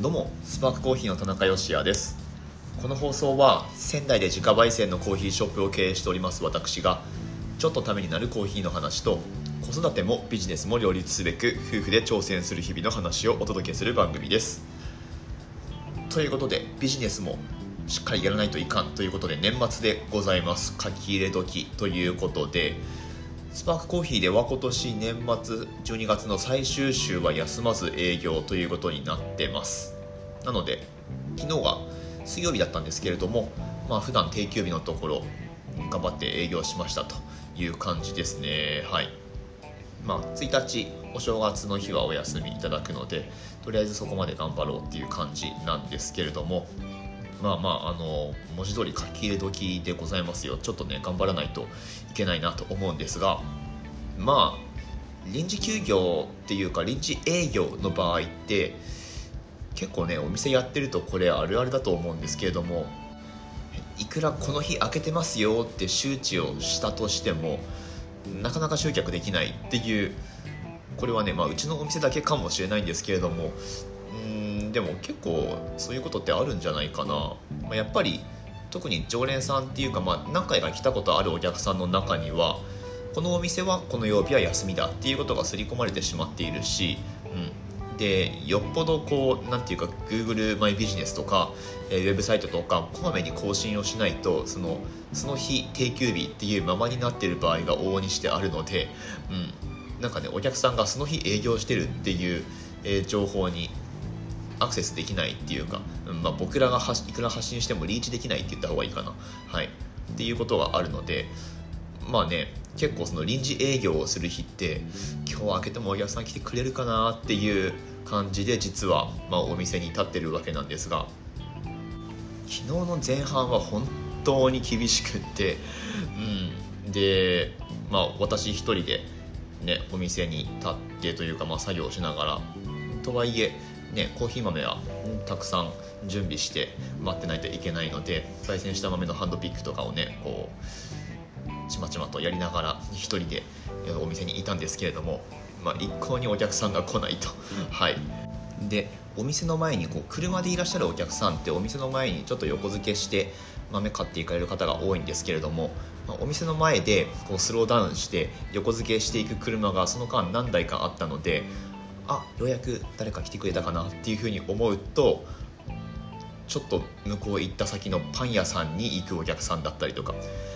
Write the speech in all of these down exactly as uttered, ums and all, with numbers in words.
どうもスパークコーヒーの田中芳也です。この放送は仙台で自家焙煎のコーヒーショップを経営しております私がちょっとためになるコーヒーの話と子育てもビジネスも両立すべく夫婦で挑戦する日々の話をお届けする番組です。ということでビジネスもしっかりやらないといかんということで年末でございます。書き入れ時ということでスパークコーヒーでは今年年末じゅうにがつの最終週は休まず営業ということになってます。なので昨日が水曜日だったんですけれども、まあ普段定休日のところ頑張って営業しましたという感じですね。はい。まあついたちお正月の日はお休みいただくのでとりあえずそこまで頑張ろうっていう感じなんですけれども、まあまああの文字通り書き入れ時でございますよ。ちょっとね頑張らないといけないなと思うんですが、まあ臨時休業っていうか臨時営業の場合って結構ねお店やってるとこれあるあるだと思うんですけれども、いくらこの日開けてますよって周知をしたとしてもなかなか集客できないっていう、これはね、まあ、うちのお店だけかもしれないんですけれども、うーんでも結構そういうことってあるんじゃないかな。まあ、やっぱり特に常連さんっていうか、まあ、何回か来たことあるお客さんの中にはこのお店はこの曜日は休みだっていうことが刷り込まれてしまっているし、うん、でよっぽどこうなんていうか Google マイビジネスとか、えー、ウェブサイトとかこまめに更新をしないとそのその日定休日っていうままになっている場合が往々にしてあるので、うん、なんかねお客さんがその日営業してるっていう、えー、情報にアクセスできないっていうか、うんまあ、僕らがいくら発信してもリーチできないって言った方がいいかな、はい、っていうことがあるので、まあね結構その臨時営業をする日って今日開けてもお客さん来てくれるかなっていう感じで実はまあお店に立ってるわけなんですが、昨日の前半は本当に厳しくって、うん、で、まあ、私一人で、ね、お店に立ってというか、まあ、作業しながらとはいえね、コーヒー豆はたくさん準備して待ってないといけないので焙煎した豆のハンドピックとかをねこうちまちまとやりながら一人でお店にいたんですけれども、まあ、一向にお客さんが来ないと、はい、でお店の前にこう車でいらっしゃるお客さんってお店の前にちょっと横付けして豆買っていかれる方が多いんですけれども、まあ、お店の前でこうスローダウンして横付けしていく車がその間何台かあったので、あようやく誰か来てくれたかなっていうふうに思うとちょっと向こう行った先のパン屋さんに行くお客さんだったりとか、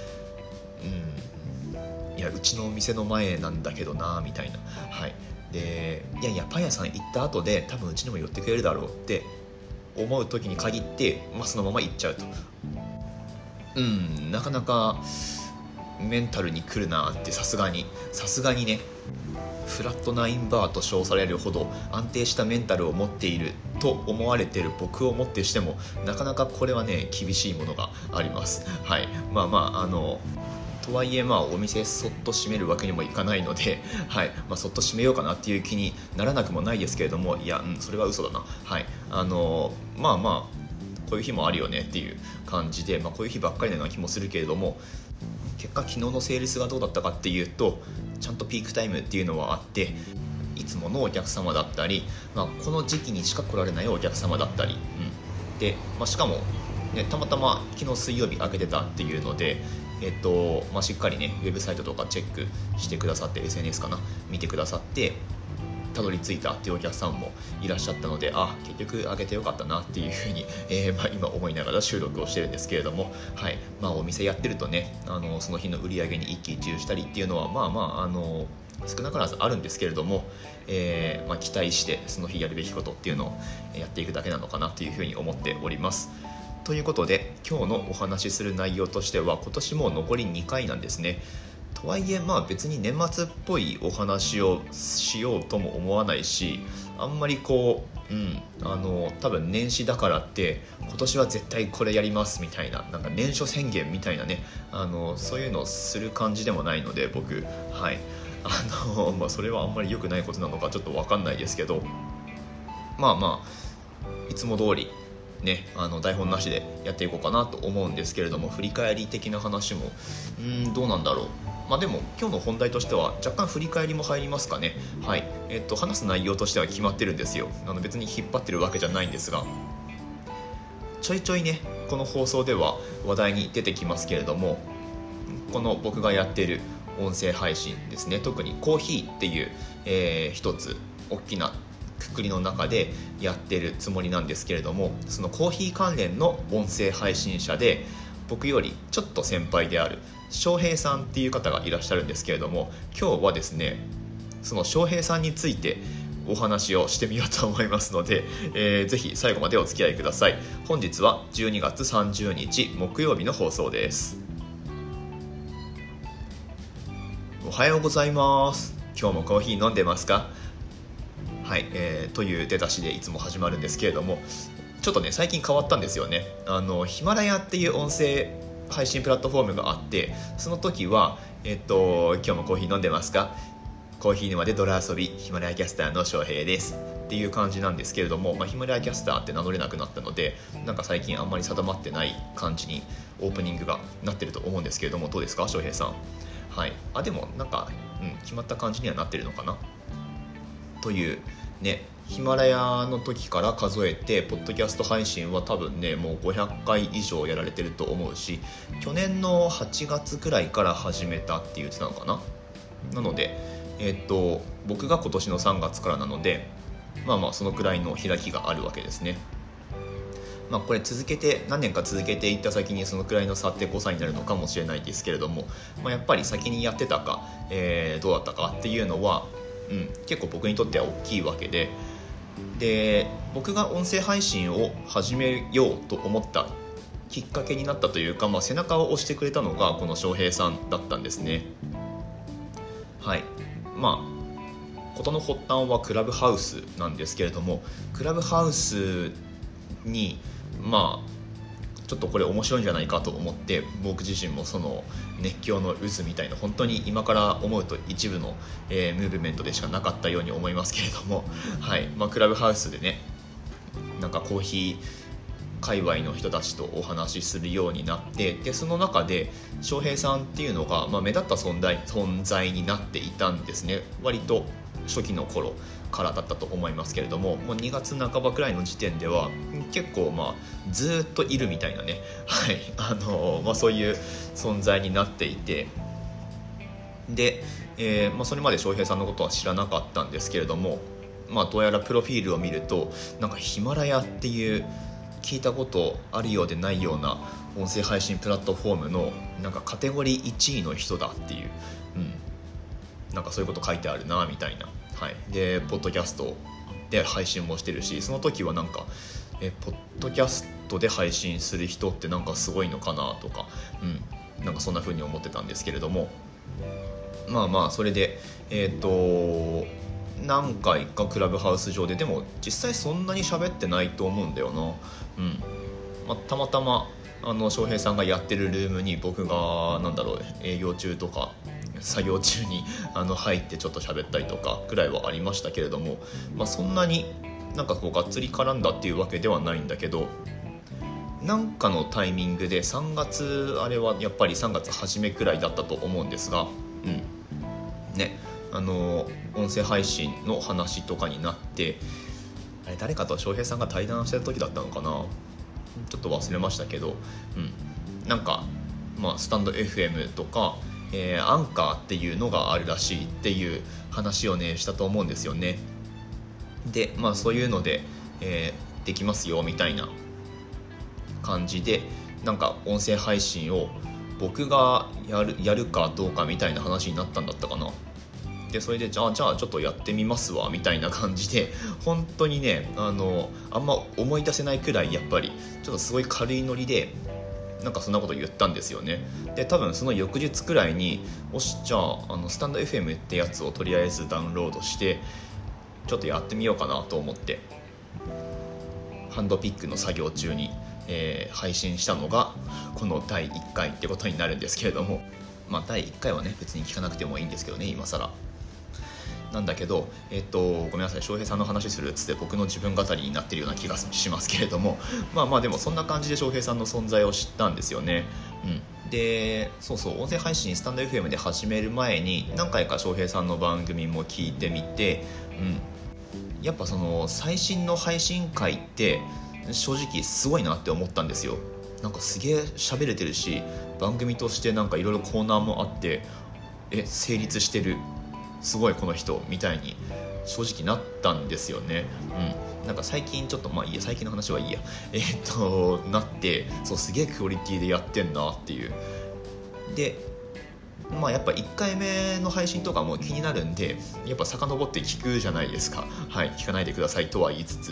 うんいやうちのお店の前なんだけどなみたいな、はい、でいやいやパン屋さん行った後で多分うちにも寄ってくれるだろうって思う時に限って、まあ、そのまま行っちゃうと、うんなかなかメンタルに来るなってさすがにさすがにねフラットナインバーと称されるほど安定したメンタルを持っていると思われている僕をもってしてもなかなかこれはね厳しいものがあります。はい、まあまああのとはいえまあお店そっと閉めるわけにもいかないので、はいまあ、そっと閉めようかなっていう気にならなくもないですけれども、いや、うん、それは嘘だな。はいあのまあまあこういう日もあるよねっていう感じで、まあ、こういう日ばっかりのような気もするけれども、結果昨日のセールスがどうだったかっていうとちゃんとピークタイムっていうのはあって、いつものお客様だったり、まあ、この時期にしか来られないお客様だったり、うん、で、まあ、しかも、ね、たまたま昨日水曜日開けてたっていうので、えっとまあ、しっかりねウェブサイトとかチェックしてくださって エスエヌエス かな見てくださってたどり着いたっていうお客さんもいらっしゃったので、あ結局開けてよかったなっていうふうに、えーまあ、今思いながら収録をしてるんですけれども、はいまあ、お店やってるとねあのその日の売り上げに一喜一憂したりっていうのはまあまああの少なからずあるんですけれども、えーまあ、期待してその日やるべきことっていうのをやっていくだけなのかなというふうに思っております。ということで今日のお話しする内容としては今年も残りにかいなんですね。とはいえまあ別に年末っぽいお話をしようとも思わないし、あんまりこう、うん、あの多分年始だからって今年は絶対これやりますみたいな、なんか年初宣言みたいなね、あのそういうのをする感じでもないので僕、はいあのまあ、それはあんまり良くないことなのかちょっと分かんないですけど、まあまあいつも通りね、あの台本なしでやっていこうかなと思うんですけれども、振り返り的な話もうーんどうなんだろう、 まあでも今日の本題としては若干振り返りも入りますかね。はい、えっと話す内容としては決まってるんですよ。あの別に引っ張ってるわけじゃないんですが、ちょいちょいねこの放送では話題に出てきますけれども、この僕がやっている音声配信ですね、特にコーヒーっていう、えー、一つ大きなくくりの中でやってるつもりなんですけれども、そのコーヒー関連の音声配信者で僕よりちょっと先輩である翔平さんっていう方がいらっしゃるんですけれども、今日はですねその翔平さんについてお話をしてみようと思いますので、えー、ぜひ最後までお付き合いください。本日はじゅうにがつさんじゅうにち木曜日の放送です。おはようございます。今日もコーヒー飲んでますか？はい、えー、という出だしでいつも始まるんですけれども、ちょっとね最近変わったんですよね。あのヒマラヤっていう音声配信プラットフォームがあって、その時はえっと今日もコーヒー飲んでますか？コーヒー沼で泥遊びヒマラヤキャスターの翔平ですっていう感じなんですけれども、まあ、ヒマラヤキャスターって名乗れなくなったので、なんか最近あんまり定まってない感じにオープニングがなってると思うんですけれども、どうですか翔平さん？はい、あでもなんか、うん、決まった感じにはなってるのかなというね。ヒマラヤの時から数えてポッドキャスト配信は多分ねもうごひゃっかい以上やられてると思うし、去年のはちがつくらいから始めたって言ってたのかな。なのでえー、っと僕が今年のさんがつからなので、まあまあそのくらいの開きがあるわけですね。まあこれ続けて何年か続けていった先にそのくらいの差って誤差になるのかもしれないですけれども、まあ、やっぱり先にやってたか、えー、どうだったかっていうのは、うん、結構僕にとっては大きいわけで、で僕が音声配信を始めようと思ったきっかけになったというか、まあ、背中を押してくれたのがこの翔平さんだったんですね。はい、まあ事の発端はクラブハウスなんですけれども、クラブハウスにまあちょっとこれ面白いんじゃないかと思って、僕自身もその熱狂の渦みたいな、本当に今から思うと一部の、えー、ムーブメントでしかなかったように思いますけれども、はいまあ、クラブハウスでねなんかコーヒー界隈の人たちとお話しするようになって、でその中で翔平さんっていうのが、まあ、目立った存在、存在になっていたんですね。割と初期の頃からだったと思いますけれども、もうにがつなかばくらいの時点では結構まあずっといるみたいなね、はいあのまあ、そういう存在になっていて、で、えーまあ、それまで翔平さんのことは知らなかったんですけれども、まあ、どうやらプロフィールを見るとなんかヒマラヤっていう聞いたことあるようでないような音声配信プラットフォームのなんかカテゴリーいちいの人だっていう、うん、なんかそういうこと書いてあるなみたいな、はい、でポッドキャストで配信もしてるし、その時はなんかえポッドキャストで配信する人ってなんかすごいのかなとか、うん、なんかそんな風に思ってたんですけれども、まあまあそれでえっと何回かクラブハウス上で、でも実際そんなに喋ってないと思うんだよな、うんまあ、たまたまあの翔平さんがやってるルームに僕がなんだろう営業中とか作業中にあの入ってちょっと喋ったりとかくらいはありましたけれども、まあ、そんなになんかこうがっつり絡んだっていうわけではないんだけど、なんかのタイミングでさんがつ、あれはやっぱりさんがつ初めくらいだったと思うんですが、うんねあの音声配信の話とかになって、あれ誰かと翔平さんが対談してた時だったのかな、ちょっと忘れましたけど、うん、なんか、まあ、スタンド エフエム とか、えー、アンカーっていうのがあるらしいっていう話をねしたと思うんですよね。で、まあ、そういうので、えー、できますよみたいな感じで、なんか音声配信を僕がやる、やるかどうかみたいな話になったんだったかな。でそれでじゃあじゃあちょっとやってみますわみたいな感じで、本当にねあのあんま思い出せないくらいやっぱりちょっとすごい軽いノリでなんかそんなこと言ったんですよね。で多分その翌日くらいにおしじゃあ、あのスタンド エフエム ってやつをとりあえずダウンロードしてちょっとやってみようかなと思ってハンドピックの作業中に、えー、配信したのがこのだいいっかいってことになるんですけれども、まあだいいっかいはね別に聞かなくてもいいんですけどね今更なんだけど、えっと、ごめんなさい翔平さんの話するっつって僕の自分語りになってるような気がしますけれども、まあまあでもそんな感じで翔平さんの存在を知ったんですよね、うん、 でそうそう音声配信スタンド エフエム で始める前に何回か翔平さんの番組も聞いてみて、うん、やっぱその最新の配信回って正直すごいなって思ったんですよ。なんかすげえ喋れてるし、番組としてなんかいろいろコーナーもあって、え成立してる、すごいこの人みたいに正直なったんですよね。うん、なんか最近ちょっとまあいいや、最近の話はいいやえー、っとなってそうすげえクオリティでやってんなっていう。でまあやっぱいっかいめの配信とかも気になるんで、やっぱ遡って聞くじゃないですか。はい聞かないでくださいとは言いつつ、うん、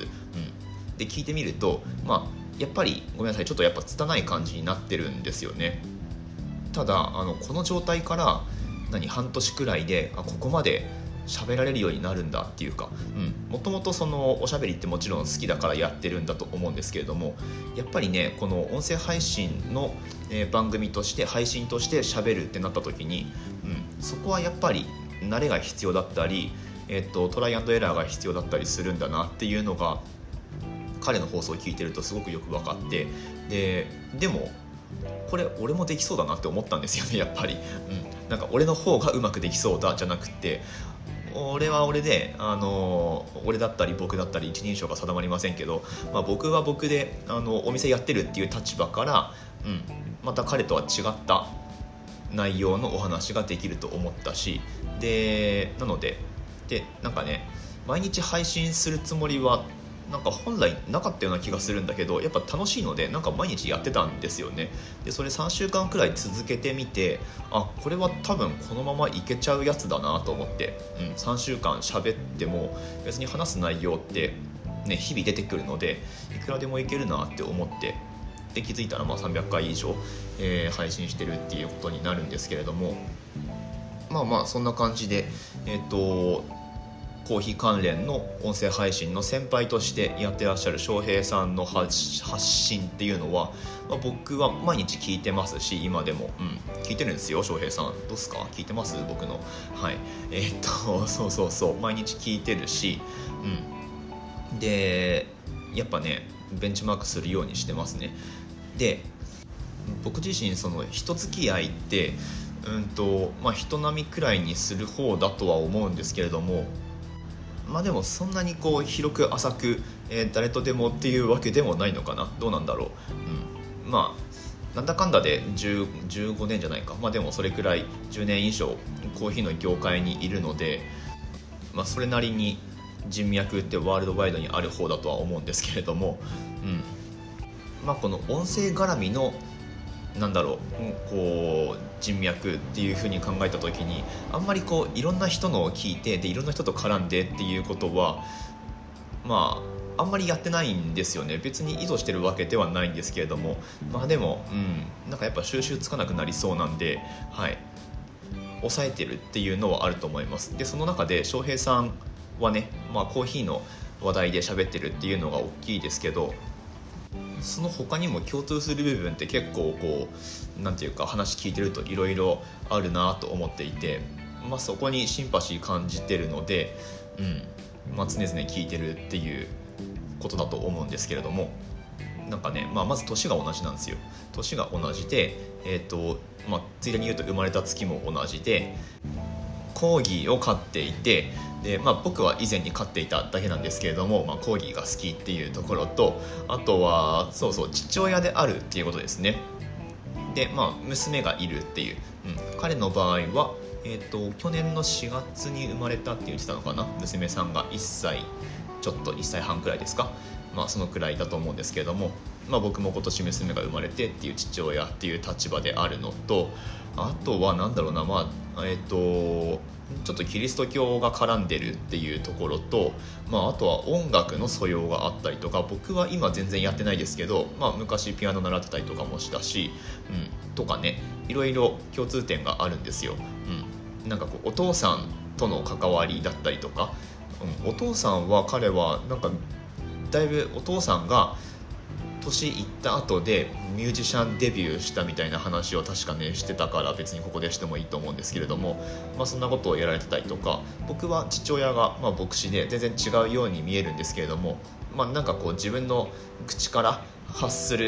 で聞いてみるとまあやっぱりごめんなさいちょっとやっぱ拙い感じになってるんですよね。ただあのこの状態から何半年くらいであここまで喋られるようになるんだっていうか、もともとそのおしゃべりってもちろん好きだからやってるんだと思うんですけれども、やっぱりねこの音声配信の、えー、番組として配信として喋るってなった時に、うん、そこはやっぱり慣れが必要だったり、えー、とトライアンドエラーが必要だったりするんだなっていうのが彼の放送を聞いてるとすごくよく分かって、ででもこれ俺もできそうだなって思ったんですよねやっぱり、うん、なんか俺の方がうまくできそうだじゃなくて、俺は俺で、あの俺だったり僕だったり一人称が定まりませんけど、まあ、僕は僕であのお店やってるっていう立場から、うん、また彼とは違った内容のお話ができると思ったし、でなのででなんかね毎日配信するつもりはなんか本来なかったような気がするんだけど、やっぱ楽しいのでなんか毎日やってたんですよね。でそれさんしゅうかんくらい続けてみて、あこれは多分このままいけちゃうやつだなと思って、うん、さんしゅうかん喋っても別に話す内容ってね日々出てくるのでいくらでもいけるなって思って、で気づいたらまあさんびゃっかい以上、えー、配信してるっていうことになるんですけれども、まあまあそんな感じでえっとコーヒー関連の音声配信の先輩としてやってらっしゃる翔平さんの発信っていうのは、まあ、僕は毎日聞いてますし今でも、うん、聞いてるんですよ。翔平さんどうっすか、聞いてます僕の。はいえー、っとそうそうそう毎日聞いてるし、うん、でやっぱねベンチマークするようにしてますね。で僕自身その人付き合いってうんと、まあ、人並みくらいにする方だとは思うんですけれども、まあでもそんなにこう広く浅く、えー、誰とでもっていうわけでもないのかな。どうなんだろう、うん、まあなんだかんだでじゅう、じゅうごねんじゃないか、まあでもそれくらいじゅうねん以上コーヒーの業界にいるので、まあ、それなりに人脈ってワールドワイドにある方だとは思うんですけれども、うんまあ、この音声絡みのなんだろう、こう人脈っていう風に考えた時にあんまりこういろんな人のを聞いてでいろんな人と絡んでっていうことはまああんまりやってないんですよね。別に意図してるわけではないんですけれども、まあでもうんなんかやっぱ収集つかなくなりそうなんで、はい抑えてるっていうのはあると思います。でその中で翔平さんはね、まあ、コーヒーの話題で喋ってるっていうのが大きいですけど、その他にも共通する部分って結構こうなんていうか話聞いてるといろいろあるなと思っていて、まあ、そこにシンパシー感じてるので、うんまあ、常々聞いてるっていうことだと思うんですけれども、なんかね、まあ、まず年が同じなんですよ。年が同じで、えーとまあ、ついでに言うと生まれた月も同じでコーギーを飼っていて、で、まあ、僕は以前に飼っていただけなんですけれども、まあ、コーギーが好きっていうところと、あとはそうそう父親であるっていうことですね。で、まあ、娘がいるっていう、うん、彼の場合は、えーと、去年のしがつに生まれたって言ってたのかな。娘さんがいっさいちょっといっさいはんくらいですか、まあ、そのくらいだと思うんですけれども、まあ、僕も今年娘が生まれてっていう父親っていう立場であるのと、あとはなんだろうな、まあえっとちょっとキリスト教が絡んでるっていうところと、まあ、あとは音楽の素養があったりとか、僕は今全然やってないですけど、まあ、昔ピアノ習ってたりとかもしたし、うん、とかね、いろいろ共通点があるんですよ。うん、なんかこうお父さんとの関わりだったりとか、うん、お父さんは彼はなんかだいぶお父さんが年いった後でミュージシャンデビューしたみたいな話を確かねしてたから、別にここでしてもいいと思うんですけれども、まあ、そんなことをやられてたりとか、僕は父親がまあ牧師で全然違うように見えるんですけれども、まあ、なんかこう自分の口から発する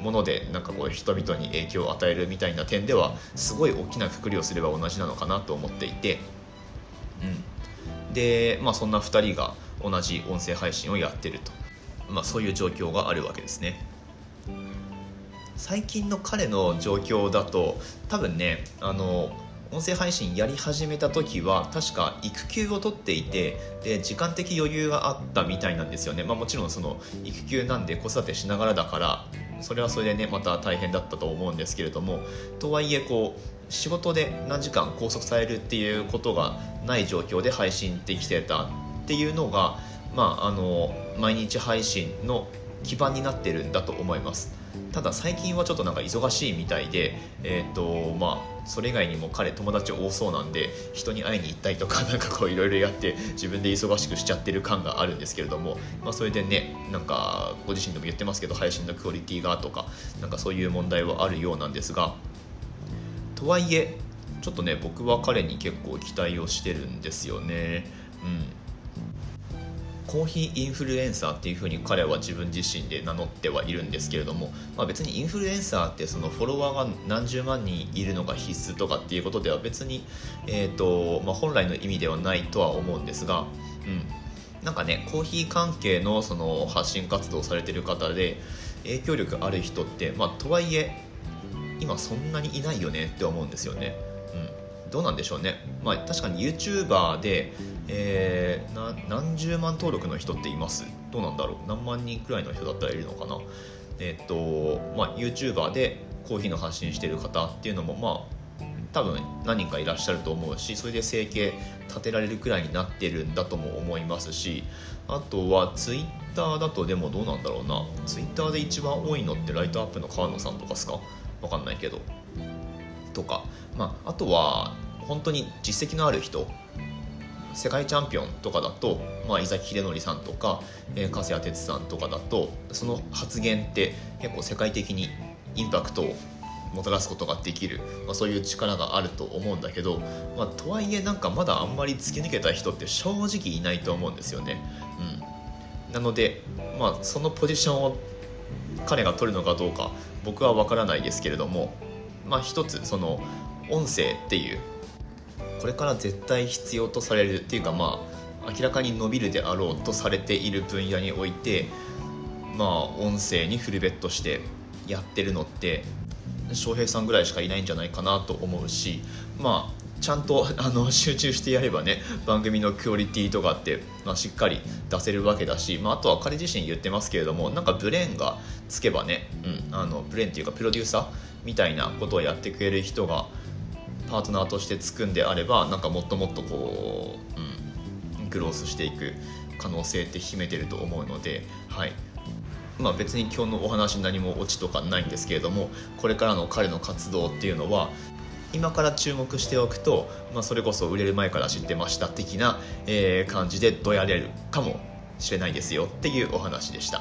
ものでなんかこう人々に影響を与えるみたいな点ではすごい大きな括りをすれば同じなのかなと思っていて、うん、で、まあ、そんなふたりが同じ音声配信をやってると、まあ、そういう状況があるわけですね。最近の彼の状況だと多分ね、あの音声配信やり始めた時は確か育休を取っていて、で時間的余裕があったみたいなんですよね。まあ、もちろんその育休なんで子育てしながらだからそれはそれでねまた大変だったと思うんですけれども、とはいえこう仕事で何時間拘束されるっていうことがない状況で配信できてたっていうのが、まあ、あの毎日配信の基盤になってるんだと思います。ただ最近はちょっとなんか忙しいみたいで、えーとまあ、それ以外にも彼友達多そうなんで人に会いに行ったりとかなんかこういろいろやって自分で忙しくしちゃってる感があるんですけれども、まあ、それでねなんかご自身でも言ってますけど配信のクオリティがとかなんかそういう問題はあるようなんですが、とはいえちょっとね僕は彼に結構期待をしてるんですよね。うんコーヒーインフルエンサーっていう風に彼は自分自身で名乗ってはいるんですけれども、まあ、別にインフルエンサーってそのフォロワーが何十万人いるのが必須とかっていうことでは別に、えーとまあ、本来の意味ではないとは思うんですが、うん、なんかねコーヒー関係のその発信活動をされてる方で影響力ある人って、まあ、とはいえ今そんなにいないよねって思うんですよね。うん、どうなんでしょうね。まあ、確かに YouTuber で、えー、な何十万登録の人っています？どうなんだろう、何万人くらいの人だったらいるのかな。えーっとまあ、YouTuber でコーヒーの発信してる方っていうのもまあ多分何人かいらっしゃると思うし、それで生計立てられるくらいになってるんだとも思いますし、あとは Twitter だとでもどうなんだろうな、 Twitter で一番多いのってライトアップの川野さんとかですか、わかんないけどとか、まあ、あとは本当に実績のある人、世界チャンピオンとかだと、まあ、井崎秀則さんとか、えー、粕谷哲さんとかだとその発言って結構世界的にインパクトをもたらすことができる、まあ、そういう力があると思うんだけど、まあ、とはいえなんかまだあんまり突き抜けた人って正直いないと思うんですよね。うん、なので、まあ、そのポジションを彼が取るのかどうか僕は分からないですけれども、まあ、一つその音声っていうこれから絶対必要とされるっていうか、まあ、明らかに伸びるであろうとされている分野において、まあ、音声にフルベットしてやってるのって翔平さんぐらいしかいないんじゃないかなと思うし、まあちゃんとあの集中してやればね番組のクオリティとかって、まあ、しっかり出せるわけだし、まあ、あとは彼自身言ってますけれども、なんかブレーンがつけばね、うん、あのブレーンっていうかプロデューサーみたいなことをやってくれる人がパートナーとしてつくんであれば、なんかもっともっとこう、うん、グロースしていく可能性って秘めてると思うので、はい、まあ、別に今日のお話何もオチとかないんですけれども、これからの彼の活動っていうのは今から注目しておくと、まあ、それこそ売れる前から知ってました的な、えー、感じでどやれるかもしれないですよっていうお話でした。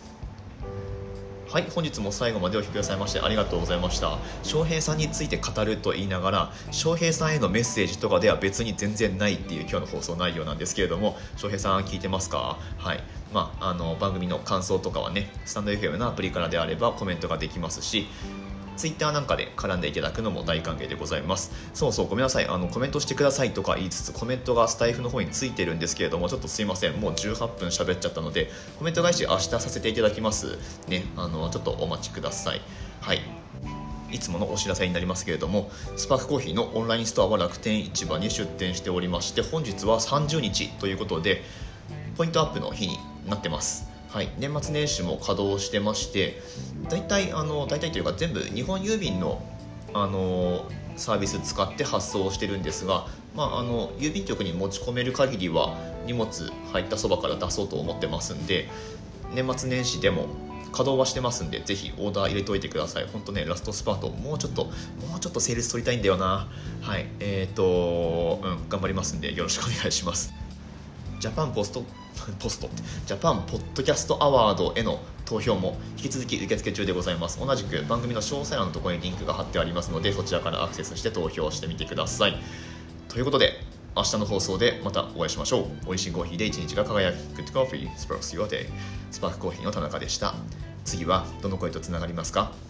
はい、本日も最後までお聞きくださいましてありがとうございました。翔平さんについて語ると言いながら翔平さんへのメッセージとかでは別に全然ないっていう今日の放送内容なんですけれども、翔平さん聞いてますか？はい、まあ、あの番組の感想とかはねスタンド エフエム のアプリからであればコメントができますし、ツイッターなんかで絡んでいただくのも大歓迎でございます。そうそうごめんなさい、あのコメントしてくださいとか言いつつコメントがスタイフの方についてるんですけれども、ちょっとすいません、もうじゅうはっぷん喋っちゃったのでコメント返し明日させていただきますね。あのちょっとお待ちください。はい、いつものお知らせになりますけれども、スパークコーヒーのオンラインストアは楽天市場に出店しておりまして、本日はさんじゅうにちということでポイントアップの日になってます。はい、年末年始も稼働してまして、大体あの大体というか全部日本郵便の、あのサービス使って発送してるんですが、まあ、あの郵便局に持ち込める限りは荷物入ったそばから出そうと思ってますんで、年末年始でも稼働はしてますんでぜひオーダー入れておいてください。本当ねラストスパートもうちょっともうちょっとセールス取りたいんだよな。はいえーと、うん、頑張りますんでよろしくお願いします。ジャパンポストポストジャパンポッドキャストアワードへの投票も引き続き受付中でございます。同じく番組の詳細欄のところにリンクが貼ってありますので、そちらからアクセスして投票してみてください。ということで明日の放送でまたお会いしましょう。美味しいコーヒーで一日が輝く Good Coffee Sparks Your Day。 スパークコーヒーの田中でした。 次はどの声とつながりますか？